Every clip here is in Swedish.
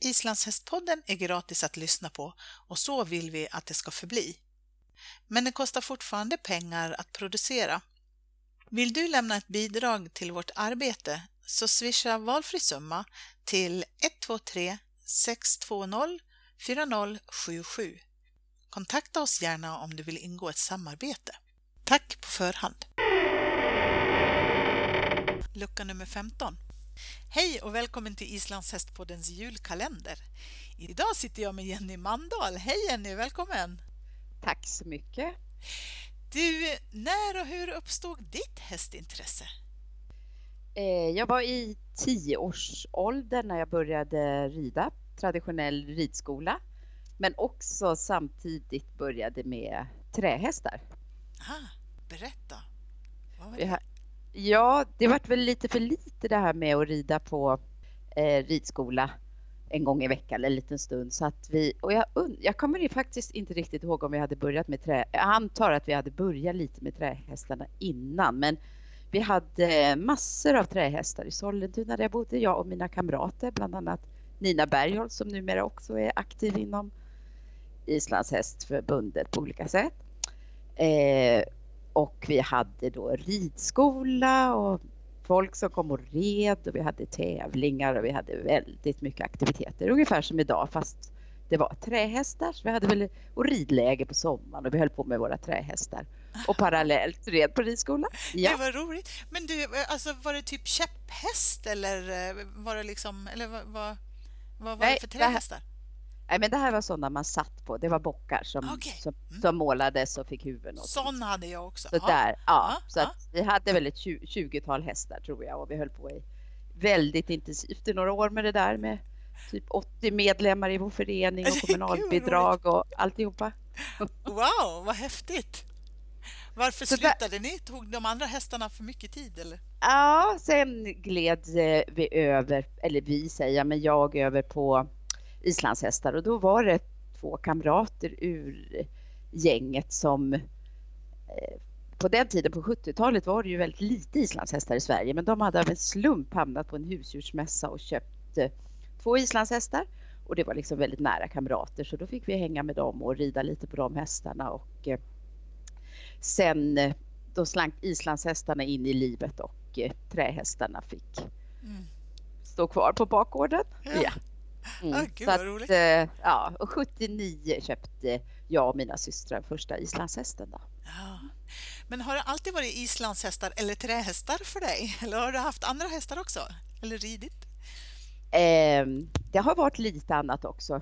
Islandshästpodden är gratis att lyssna på och så vill vi att det ska förbli. Men det kostar fortfarande pengar att producera. Vill du lämna ett bidrag till vårt arbete så swisha valfri summa till 123 620 4077. Kontakta oss gärna om du vill ingå ett samarbete. Tack på förhand. Lucka nummer 15. Hej och välkommen till Islandshästpoddens julkalender. Idag sitter jag med Jenny Mandahl. Hej Jenny, välkommen! Tack så mycket. Du, när och hur uppstod ditt hästintresse? Jag var i 10-årsåldern när jag började rida, traditionell ridskola. Men också samtidigt började med trähästar. Berätta. Vad var det? Ja, det var väl lite för lite det här med att rida på ridskola en gång i veckan eller en liten stund. Så att jag kommer ju faktiskt inte riktigt ihåg om vi hade börjat med jag antar att vi hade börjat lite med trähästarna innan. Men vi hade massor av trähästar i Sollentuna där jag bodde, jag och mina kamrater. Bland annat Nina Bergholtz som numera också är aktiv inom Islandshästförbundet på olika sätt. Och vi hade då ridskola och folk som kom och red och vi hade tävlingar och vi hade väldigt mycket aktiviteter. Ungefär som idag fast det var trähästar. Så vi hade väl och ridläger på sommaren och vi höll på med våra trähästar. Och parallellt red på ridskola. Ja. Det var roligt. Men du, alltså var det typ käpphäst eller var det liksom, eller vad var det för trähästar? Nej, men det här var sådana man satt på. Det var bockar som målades och fick huvuden. Sån hade jag också. Så där, så att vi hade väl ett 20-tal hästar tror jag och vi höll på väldigt intensivt i några år med det där med typ 80 medlemmar i vår förening och kommunalbidrag och alltihopa. Wow, vad häftigt! Varför slutade ni? Tog de andra hästarna för mycket tid eller? Ja, sen gled vi över, eller vi säger, men jag över på islandshästar och då var det 2 kamrater ur gänget som på den tiden på 70-talet var det ju väldigt lite islandshästar i Sverige, men de hade av en slump hamnat på en husdjursmässa och köpt 2 islandshästar och det var liksom väldigt nära kamrater så då fick vi hänga med dem och rida lite på de hästarna och sen då slank islandshästarna in i livet och trähästarna fick stå kvar på bakgården. Ja. Gud, vad roligt. Och 79 köpte jag och mina systrar första islandshästen då. Ja. Men har det alltid varit islandshästar eller trähästar för dig? Eller har du haft andra hästar också? Eller ridit? Det har varit lite annat också.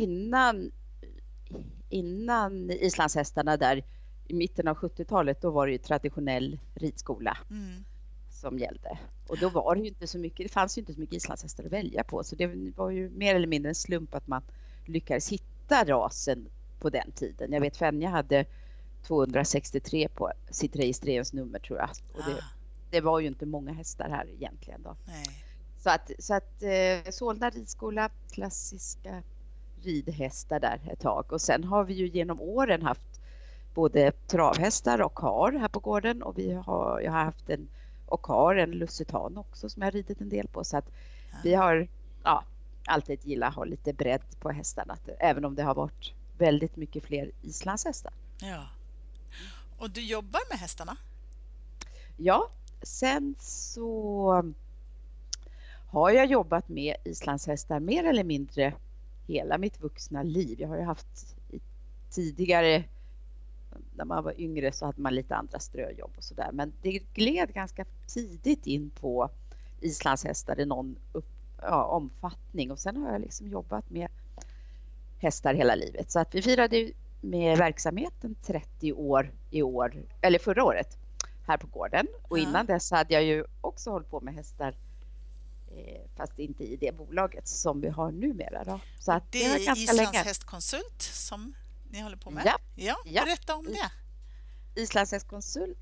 Innan islandshästarna där i mitten av 70-talet då var det ju traditionell ridskola som gällde. Och då var det ju inte så mycket, det fanns ju inte så mycket islandshästar att välja på. Så det var ju mer eller mindre en slump att man lyckades hitta rasen på den tiden. Jag vet Fenja hade 263 på sitt registreringsnummer tror jag. Och det var ju inte många hästar här egentligen då. Nej. Så att Solna ridskola, klassiska ridhästar där ett tag. Och sen har vi ju genom åren haft både travhästar och kar här på gården. Och jag har haft en lussetan också som jag har ridit en del på. Så att vi har alltid gillat att ha lite bredd på hästarna. Även om det har varit väldigt mycket fler islandshästar. Ja. Och du jobbar med hästarna? Ja, sen så har jag jobbat med islandshästar mer eller mindre hela mitt vuxna liv. Jag har ju haft tidigare, när man var yngre så hade man lite andra ströjobb och sådär. Men det gled ganska tidigt in på islandshästar i någon omfattning. Och sen har jag liksom jobbat med hästar hela livet. Så att vi firade med verksamheten 30 år förra året här på gården. Och innan dess hade jag ju också hållit på med hästar fast inte i det bolaget som vi har numera då. Så att det är Islandshästkonsult som ni håller på med? Ja, berätta om det. Islandshästkonsult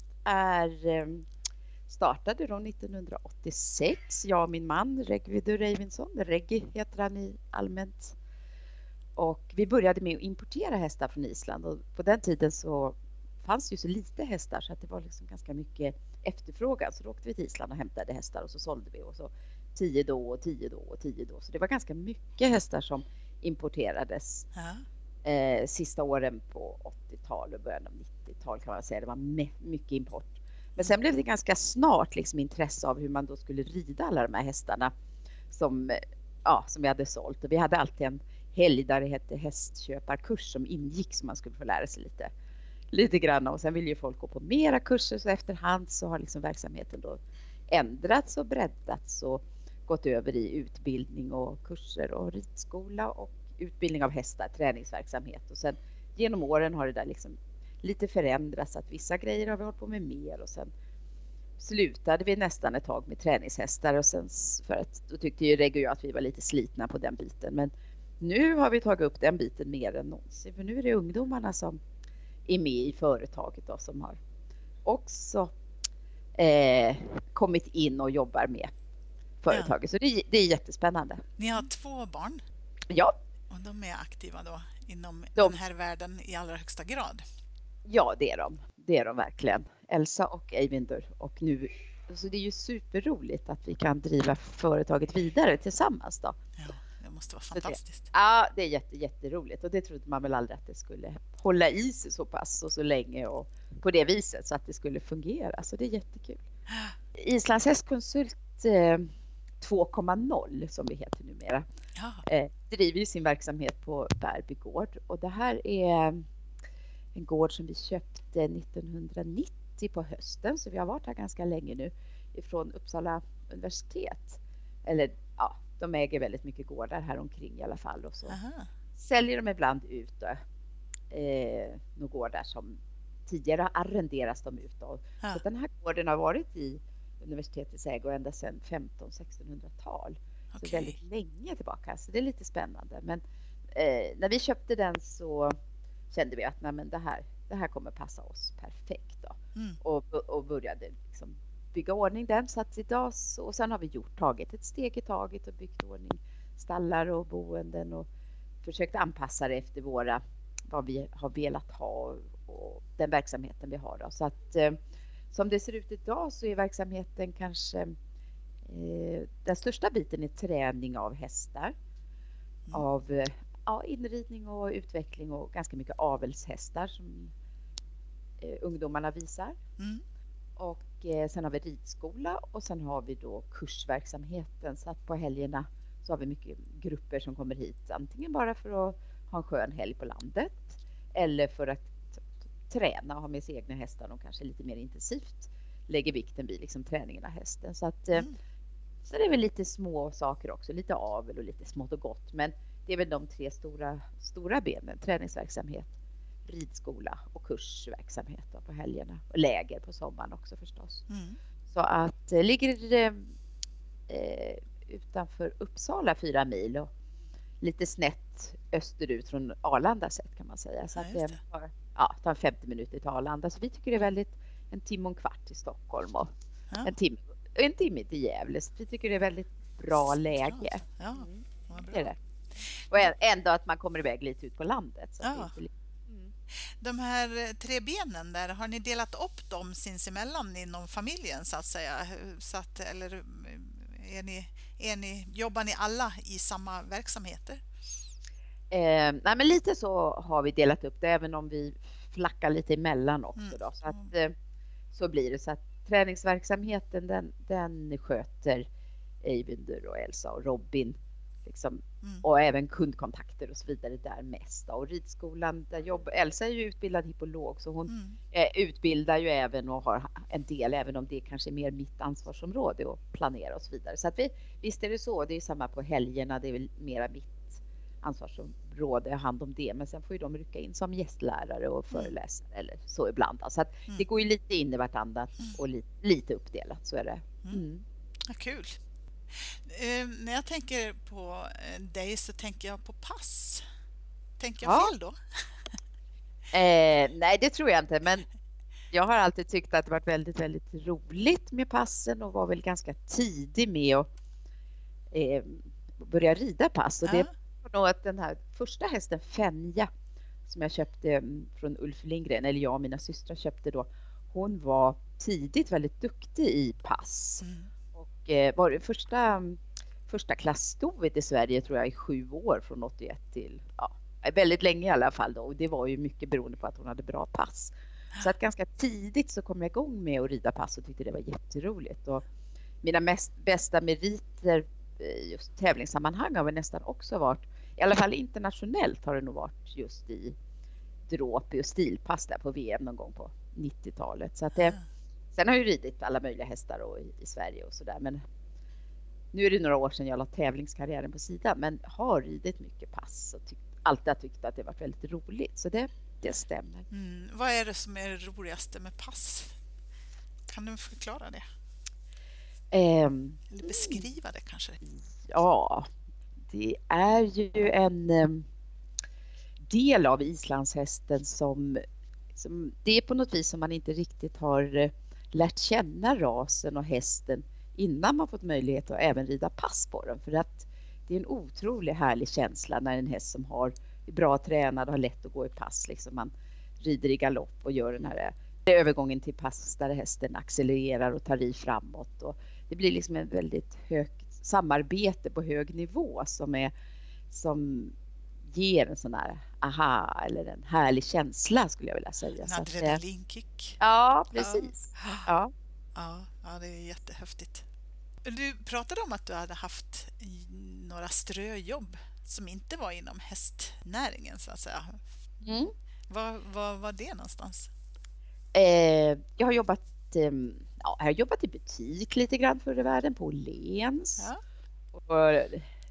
startade då 1986. Jag och min man Regvidur Reivinsson, Reggi heter han i allmänt. Och vi började med att importera hästar från Island och på den tiden så fanns ju så lite hästar så att det var liksom ganska mycket efterfrågan. Så då åkte vi till Island och hämtade hästar och så sålde vi och så 10 då och 10 då och 10 då. Så det var ganska mycket hästar som importerades sista åren på 80-tal och början av 90-tal kan man säga. Det var mycket import. Men sen blev det ganska snart liksom intresse av hur man då skulle rida alla de här hästarna som vi hade sålt. Och vi hade alltid en helg där det hette hästköparkurs som ingick, så man skulle få lära sig lite grann. Och sen vill ju folk gå på mera kurser, så efterhand så har liksom verksamheten då ändrats och breddats och gått över i utbildning och kurser och ridskola och utbildning av hästar, träningsverksamhet. Och sen genom åren har det där liksom lite förändrats, att vissa grejer har vi hållit på med mer, och sen slutade vi nästan ett tag med träningshästar, och sen för att då tyckte ju Reg och jag att vi var lite slitna på den biten. Men nu har vi tagit upp den biten mer än någonsin, för nu är det ungdomarna som är med i företaget då, som har också kommit in och jobbar med företaget. Så det är jättespännande. Ni har 2 barn? Ja. Och de är aktiva då inom den här världen i allra högsta grad? Ja, det är de. Det är de verkligen. Elsa och Eyvinder. Och nu, så det är ju superroligt att vi kan driva företaget vidare tillsammans då. Ja, det måste vara fantastiskt. Det är jätteroligt, och det trodde man väl aldrig att det skulle hålla i sig så pass och så länge och på det viset, så att det skulle fungera. Så det är jättekul. Islands hästkonsult 2.0 som vi heter numera. Driver ju sin verksamhet på Bärby gård, och det här är en gård som vi köpte 1990 på hösten, så vi har varit här ganska länge nu, ifrån Uppsala universitet. Eller ja, de äger väldigt mycket gårdar här omkring i alla fall, och så säljer de ibland ut några gårdar som tidigare har arrenderats de ut av. Så den här gården har varit i universitetets ägo ända sedan 1500-1600-tal. Så väldigt länge tillbaka, så det är lite spännande. Men när vi köpte den så kände vi att det här kommer passa oss perfekt då. Och började liksom bygga ordning den, så att idag och sen har vi tagit ett steg i taget och byggt ordning stallar och boenden och försökt anpassa det efter vad vi har velat ha och den verksamheten vi har då. Så att som det ser ut idag så är verksamheten kanske den största biten är träning av hästar, av inridning och utveckling, och ganska mycket avelshästar som ungdomarna visar. Och sen har vi ridskola, och sen har vi då kursverksamheten, så att på helgerna så har vi mycket grupper som kommer hit, antingen bara för att ha en skön helg på landet eller för att träna och ha med sig egna hästar och kanske lite mer intensivt lägger vikten vid liksom träningen av hästen. Så att så det är väl lite små saker också, lite avel och lite smått och gott, men det är väl de 3 stora benen: träningsverksamhet, ridskola och kursverksamhet då på helgerna, och läger på sommaren också förstås. Så att ligger det utanför Uppsala 4 mil och lite snett österut från Arlanda sett kan man säga. Så att det tar 50 minuter till Arlanda, så vi tycker det är väldigt, 1 timme och en kvart till Stockholm och en timme till Gävle. Så vi tycker det är väldigt bra läge. Ja, vad bra. Det är det. Och ändå att man kommer iväg lite ut på landet. Så De här 3 benen där, har ni delat upp dem sinsemellan inom familjen så att säga? Eller jobbar ni alla i samma verksamheter? Nej, men lite så har vi delat upp det, även om vi flackar lite emellan också då. Så att så blir det, så att träningsverksamheten den sköter Eyvinder och Elsa och Robin liksom, och även kundkontakter och så vidare där mest. Och ridskolan där Elsa är ju utbildad hippolog, så hon utbildar ju även och har en del, även om det kanske är mer mitt ansvarsområde att planera och så vidare. Så att visst är det så, det är samma på helgerna, det är väl mera mitt ansvarsområde, hand om det, men sen får ju de rycka in som gästlärare och föreläsare eller så ibland. Så att det går ju lite in i vartannat och lite uppdelat, så är det. Ja, kul. När jag tänker på dig så tänker jag på pass. Tänker jag fel då? Nej, det tror jag inte, men jag har alltid tyckt att det varit väldigt, väldigt roligt med passen och var väl ganska tidig med att börja rida pass. Och det var nog att den här första hästen Fenja som jag köpte från Ulf Lindgren, eller jag och mina systrar köpte då, hon var tidigt väldigt duktig i pass. Och var det första första klassstoet i Sverige tror jag i 7 år från 81 till väldigt länge i alla fall då. Och det var ju mycket beroende på att hon hade bra pass. Så att ganska tidigt så kom jag igång med att rida pass och tyckte det var jätteroligt. Och mina bästa meriter just tävlingssammanhang har väl nästan också varit, i alla fall internationellt har det nog varit just i dråp och stilpass där på VM någon gång på 90-talet. Så att sen har jag ju ridit alla möjliga hästar och i Sverige och sådär. Men nu är det några år sedan jag la tävlingskarriären på sidan, men har ridit mycket pass och alltid tyckt att det varit väldigt roligt. Så det stämmer. Vad är det som är det roligaste med pass? Kan du förklara det? Eller beskriva det kanske? Ja, det är ju en del av islandshästen som det är på något vis som man inte riktigt har lärt känna rasen och hästen innan man fått möjlighet att även rida pass på den. För att det är en otroligt härlig känsla när en häst som är bra tränad och har lätt att gå i pass. Liksom man rider i galopp och gör den här övergången till pass där hästen accelererar och tar i framåt. Och det blir liksom en väldigt högt samarbete på hög nivå som ger en sån här aha eller en härlig känsla skulle jag vilja säga. En adrenalinkick. Ja, precis. Ja. Ja, det är jättehäftigt. Du pratade om att du hade haft några ströjobb som inte var inom hästnäringen så att säga. Var var det någonstans? Jag har jobbat i butik lite grann förr i världen på Åhléns. Ja. Och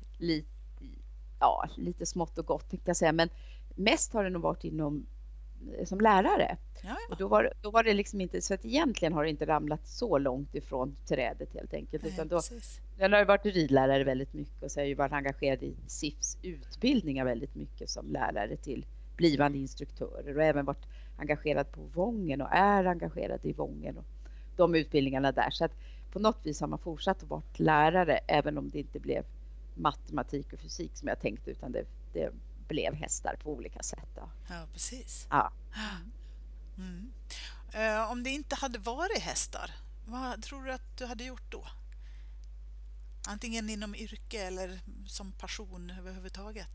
lite smått och gott tänkte jag säga, men mest har det nog varit som lärare. Ja. Och då var det liksom inte så att egentligen har det inte ramlat så långt ifrån trädet helt enkelt. Nej, utan jag har varit ridlärare väldigt mycket och så har jag ju varit engagerad i SIFs utbildningar väldigt mycket som lärare till blivande instruktörer och även varit engagerad på Wången och är engagerad i Wången och de utbildningarna där. Så att på något vis har man fortsatt att vara lärare även om det inte blev matematik och fysik som jag tänkte utan det blev hästar på olika sätt. Då. Ja, precis. Ja. Om det inte hade varit hästar, vad tror du att du hade gjort då? Antingen inom yrke eller som person överhuvudtaget?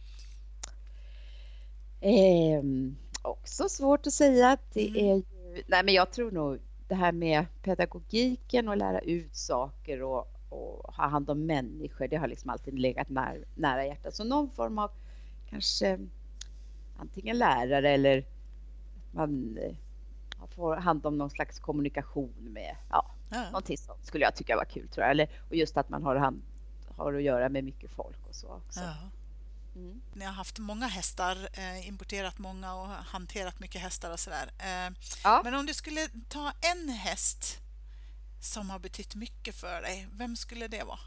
Också svårt att säga. Nej, men jag tror nog det här med pedagogiken och lära ut saker och ha hand om människor, det har liksom alltid legat nära hjärtat. Så någon form av kanske antingen lärare eller man får hand om någon slags kommunikation med någonting sånt skulle jag tycka var kul tror jag. Och just att man har att göra med mycket folk och så också. Ja. Ni har haft många hästar, importerat många och hanterat mycket hästar och sådär. Men om du skulle ta en häst som har betytt mycket för dig, vem skulle det vara?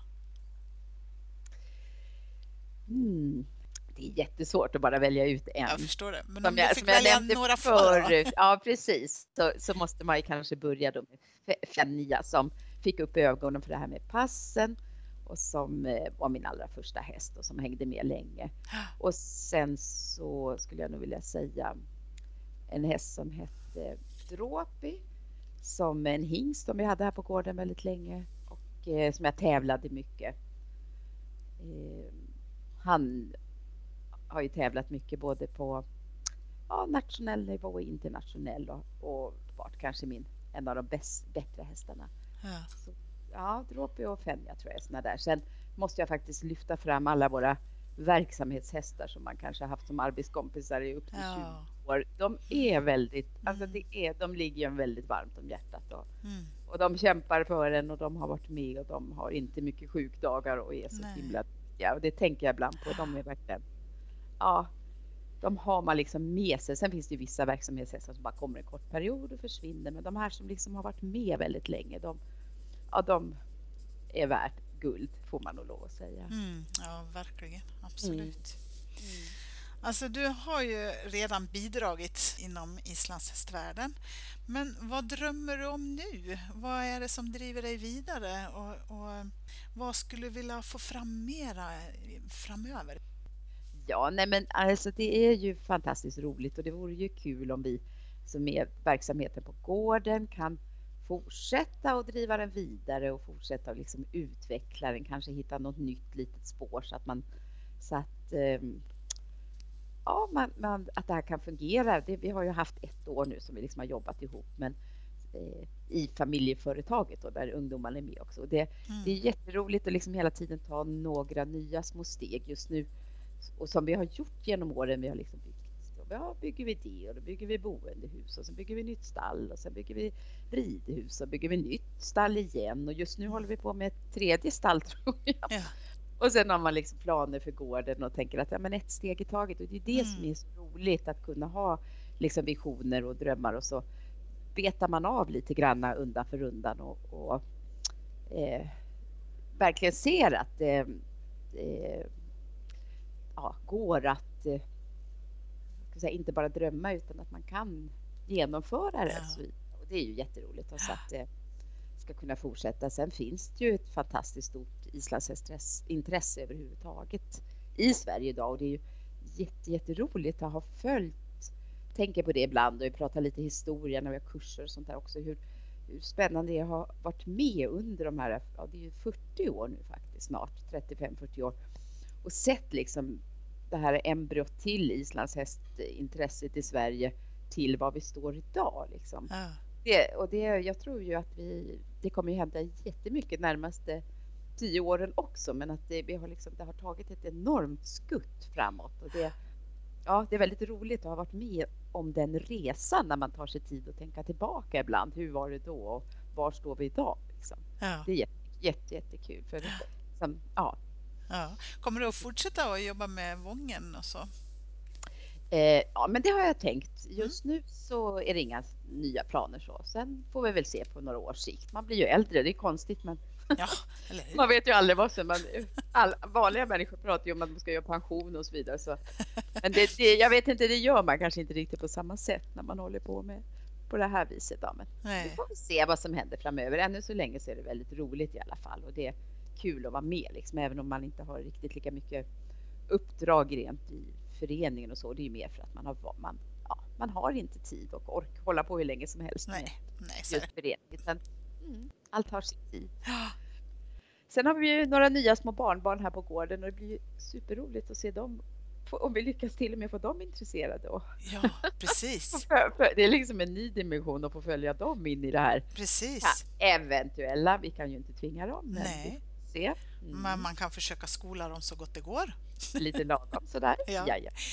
Det är jättesvårt att bara välja ut en. Jag förstår det. Men om du fick välja några förut. Ja, precis. Så måste man ju kanske börja då med Fenja som fick upp ögonen för det här med passen och som var min allra första häst och som hängde med länge. Och sen så skulle jag nog vilja säga en häst som hette Dråpi som en hingst som vi hade här på gården väldigt länge och som jag tävlade mycket. Han har ju tävlat mycket både på nationell nivå och internationell och varit kanske en av de bättre hästarna. Så, Dråpi och Fenja tror jag är såna där. Sen måste jag faktiskt lyfta fram alla våra verksamhetshästar som man kanske har haft som arbetskompisar i upp till 20 år. De är väldigt, de ligger en väldigt varmt om hjärtat och de kämpar för en och de har varit med och de har inte mycket sjukdagar och är så himla viktiga och det tänker jag ibland på. De är verkligen, de har man liksom med sig. Sen finns det ju vissa verksamhetshästar som bara kommer en kort period och försvinner, men de här som liksom har varit med väldigt länge, de är värt guld får man nog lov att säga. Ja, verkligen. Absolut. Alltså du har ju redan bidragit inom islandshästvärlden. Men vad drömmer du om nu? Vad är det som driver dig vidare? Och vad skulle du vilja få fram mera framöver? Ja, nej men alltså det är ju fantastiskt roligt och det vore ju kul om vi som är verksamheten på gården kan fortsätta och driva den vidare och fortsätta att liksom utveckla den, kanske hitta något nytt litet spår så att ja, att det här kan fungera. Vi har ju haft 1 år nu som vi liksom har jobbat ihop, men i familjeföretaget och där ungdomarna är med också. Det är jätteroligt att liksom hela tiden ta några nya små steg just nu, och som vi har gjort genom åren. Vi har liksom bygger vi det, och då bygger vi boendehus, och så bygger vi nytt stall, och sen bygger vi ridhus, och bygger vi nytt stall igen, och just nu håller vi på med ett 3:e stall, tror jag. Ja. Och sen har man liksom planer för gården och tänker att ja, men ett steg i taget, och det är det som är så roligt, att kunna ha liksom visioner och drömmar, och så betar man av lite granna undan för undan och verkligen ser att det går att inte bara drömma, utan att man kan genomföra det. Ja. Och det är ju jätteroligt, och så att det ska kunna fortsätta. Sen finns det ju ett fantastiskt stort islandshästintresse överhuvudtaget i Sverige idag, och det är ju jätteroligt att ha följt. Tänker på det ibland, och vi pratar lite historia när vi har kurser och sånt där också, hur spännande det är att ha varit med under de här, det är ju 40 år nu faktiskt, snart 35-40 år, och sett liksom det här embryot till islandshästintresset i Sverige till vad vi står idag liksom. Jag tror ju att det kommer ju hända jättemycket närmaste 10 åren också, men att det har tagit ett enormt skutt framåt, och det är väldigt roligt att ha varit med om den resan, när man tar sig tid att tänka tillbaka ibland. Hur var det då, och var står vi idag liksom? Ja. Det är jättekul för liksom, Ja. Kommer du att fortsätta att jobba med Wången och så? Ja, men det har jag tänkt. Just nu så är det inga nya planer så. Sen får vi väl se på några års sikt. Man blir ju äldre, det är konstigt, men ja, eller hur? Man vet ju aldrig vad som vanliga människor pratar ju om att man ska göra pension och så vidare. Så. Men jag vet inte, det gör man kanske inte riktigt på samma sätt när man håller på det här viset. Då. Men vi får väl se vad som händer framöver. Ännu så länge så är det väldigt roligt i alla fall. Och det är kul att vara med, liksom, även om man inte har riktigt lika mycket uppdrag rent i föreningen och så. Det är ju mer för att man har inte tid och ork hålla på hur länge som helst. Nej, just föreningen. Allt har sin tid. Sen har vi ju några nya små barnbarn här på gården, och det blir ju superroligt att se dem, om vi lyckas till och med få dem intresserade. Ja, precis. Det är liksom en ny dimension att få följa dem in i det här. Precis. Eventuella, vi kan ju inte tvinga dem. Men nej. Se. Men man kan försöka skola dem så gott det går. Lite lagom sådär. Ja.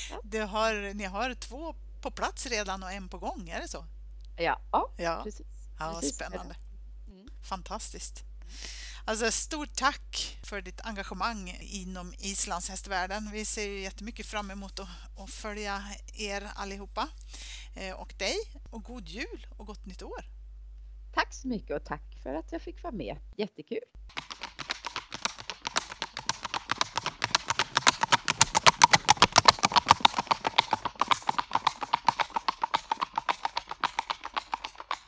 Ni har 2 på plats redan och 1 på gång, är det så? Ja. Precis. Ja, precis. Spännande. Fantastiskt. Alltså, stort tack för ditt engagemang inom islandshästvärlden. Vi ser ju jättemycket fram emot att följa er allihopa och dig. Och god jul och gott nytt år. Tack så mycket, och tack för att jag fick vara med. Jättekul.